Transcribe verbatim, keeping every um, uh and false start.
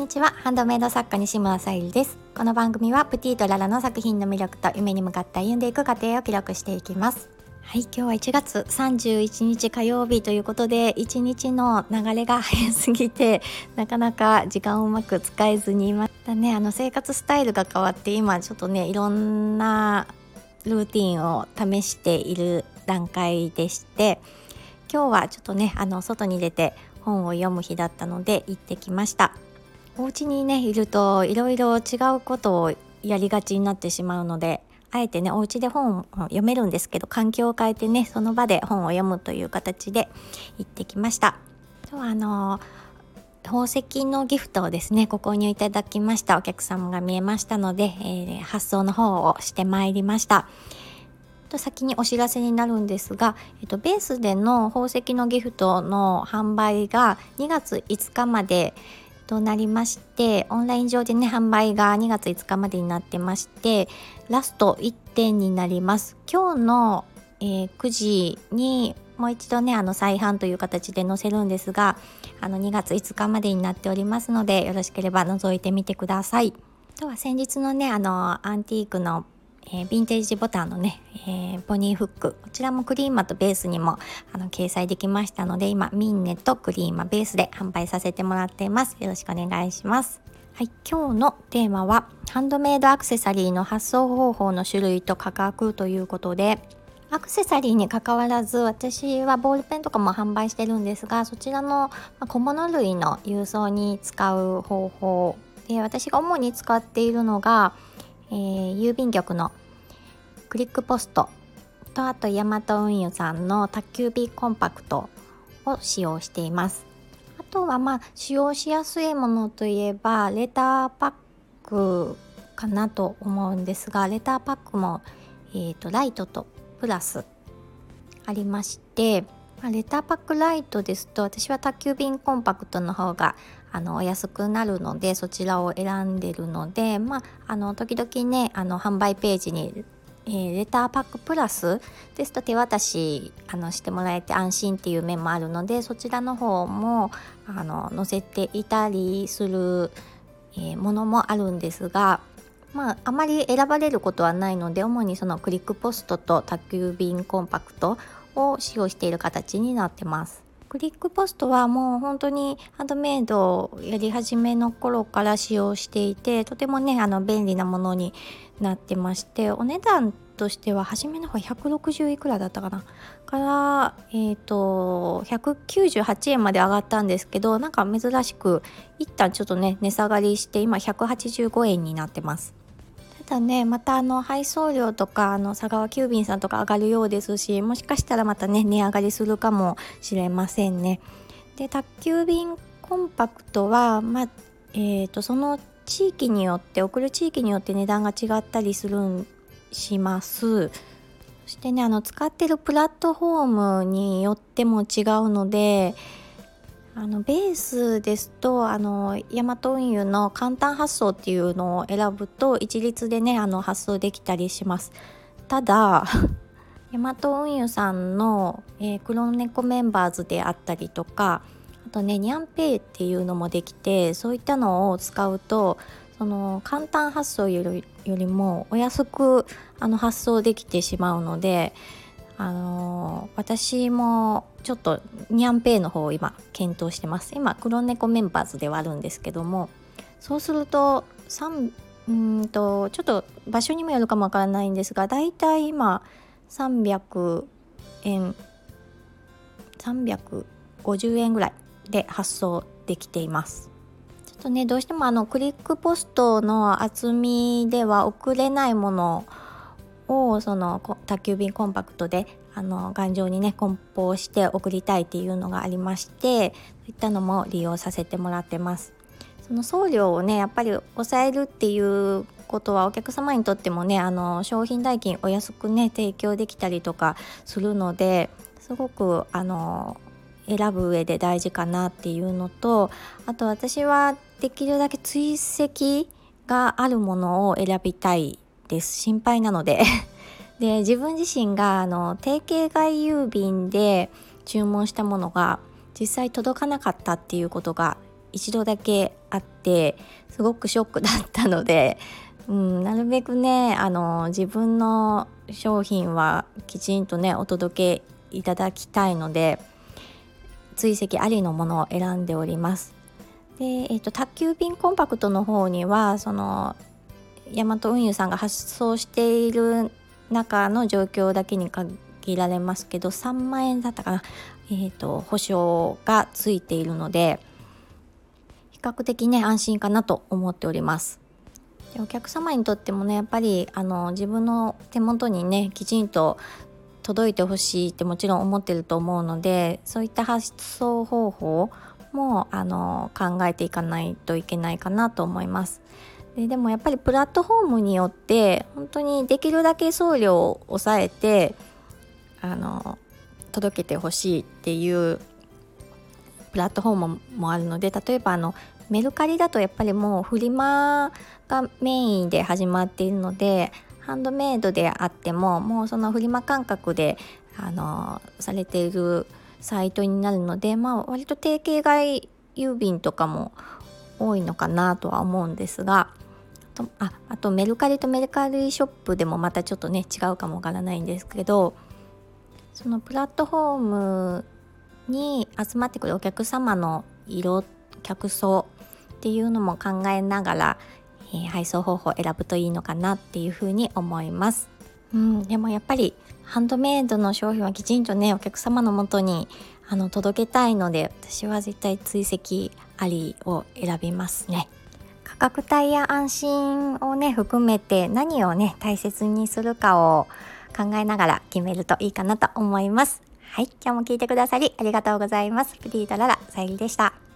にちは。ハンドメイド作家西村さゆりです。この番組はプティとララの作品の魅力と夢に向かって歩んでいく過程を記録していきます。はい、今日はいちがつさんじゅういちにち火曜日ということで、いちにちの流れが早すぎてなかなか時間をうまく使えずにいましたね。あの生活スタイルが変わって今ちょっとねいろんなルーティンを試している段階でして、今日はちょっとねあの外に出て本を読む日だったので行ってきました。お家にねいるといろいろ違うことをやりがちになってしまうので、あえてねお家で本を読めるんですけど、環境を変えてねその場で本を読むという形で行ってきました。今日はあの宝石のギフトをですねご購入いただきましたお客様が見えましたので、えー、発送の方をしてまいりました。と先にお知らせになるんですが、えっと、ベースでの宝石のギフトの販売がにがついつかまでとなりまして、オンライン上でね販売がにがついつかまでになってまして、ラストいってんになります。今日の、えー、くじにもう一度ねあの再販という形で載せるんですが、あのにがついつかまでになっておりますので、よろしければ覗いてみてください。あとは先日のねあのアンティークのえー、ヴィンテージボタンのね、えー、ポニーフック、こちらもクリーマとベースにもあの掲載できましたので、今ミンネとクリーマベースで販売させてもらっています。よろしくお願いします。はい、今日のテーマはハンドメイドアクセサリーの発送方法の種類と価格ということで、アクセサリーに関わらず私はボールペンとかも販売してるんですが、そちらの小物類の郵送に使う方法で、私が主に使っているのがえー、郵便局のクリックポストと、あとヤマト運輸さんの宅急便コンパクトを使用しています。あとはまあ使用しやすいものといえばレターパックかなと思うんですが、レターパックも、えーと、ライトとプラスありまして、レターパックライトですと私は宅急便コンパクトの方があのお安くなるので、そちらを選んでるので、まあ、あの時々ねあの販売ページに、えー、レターパックプラスですと手渡しあのしてもらえて安心っていう面もあるので、そちらの方もあの載せていたりする、えー、ものもあるんですが、まあ、あまり選ばれることはないので、主にそのクリックポストと宅急便コンパクトを使用している形になってます。クリックポストはもう本当にハンドメイドをやり始めの頃から使用していて、とてもねあの便利なものになってまして、お値段としては初めの方ひゃくろくじゅういくらだったかなから、えーとひゃくきゅうじゅうはちえんまで上がったんですけど、なんか珍しく一旦ちょっとね値下がりして今ひゃくはちじゅうごえんになってます。ただねまたあの配送料とかあの佐川急便さんとか上がるようですし、もしかしたらまたね値上がりするかもしれませんね。で宅急便コンパクトは、まあえー、とその地域によって送る地域によって値段が違ったりするんします。そしてねあの使ってるプラットフォームによっても違うので、あのベースですとあのヤマト運輸の簡単発送っていうのを選ぶと一律でねあの発送できたりします。ただヤマト運輸さんの、えー、黒猫メンバーズであったりとか、あとねニャンペイっていうのもできて、そういったのを使うとその簡単発送より、よりもお安くあの発送できてしまうので、あのー、私もちょっとニャンペイの方を今検討してます。今黒猫メンバーズではあるんですけども、そうするとさんうんとちょっと場所にもよるかもわからないんですが、だいたい今さんびゃくえんさんびゃくごじゅうえんぐらいで発送できています。ちょっとねどうしてもあのクリックポストの厚みでは送れないものをその宅急便コンパクトであの頑丈にね梱包して送りたいっていうのがありまして、そういったのも利用させてもらってます。その送料をねやっぱり抑えるっていうことはお客様にとってもねあの商品代金お安くね提供できたりとかするので、すごくあの選ぶ上で大事かなっていうのと、あと私はできるだけ追跡があるものを選びたいです。心配なのでで自分自身があの定型外郵便で注文したものが実際届かなかったっていうことが一度だけあって、すごくショックだったので、うん、なるべくねあの自分の商品はきちんとねお届けいただきたいので、追跡ありのものを選んでおります。で、えーと、宅急便コンパクトの方にはそのヤマト運輸さんが発送している中の状況だけに限られますけど、さんまんえんだったかな、えーと、保証がついているので、比較的ね安心かなと思っております。でお客様にとってもねやっぱりあの自分の手元にねきちんと届いてほしいってもちろん思ってると思うので、そういった発送方法もあの考えていかないといけないかなと思います。で、でもやっぱりプラットフォームによって本当にできるだけ送料を抑えてあの届けてほしいっていうプラットフォームもあるので、例えばあのメルカリだとやっぱりもうフリマがメインで始まっているので、ハンドメイドであってももうそのフリマ感覚であのされているサイトになるので、まあ割と定型外郵便とかも多いのかなとは思うんですが、あと、あ、あとメルカリとメルカリショップでもまたちょっとね違うかもわからないんですけど、そのプラットフォームに集まってくるお客様の色客層っていうのも考えながら、えー、配送方法を選ぶといいのかなっていうふうに思います。うん、でもやっぱりハンドメイドの商品はきちんとねお客様のもとにあの届けたいので、私は絶対追跡ありを選びますね。価格帯や安心をね含めて何をね大切にするかを考えながら決めるといいかなと思います。はい、今日も聞いてくださりありがとうございます。プティとララさゆりでした。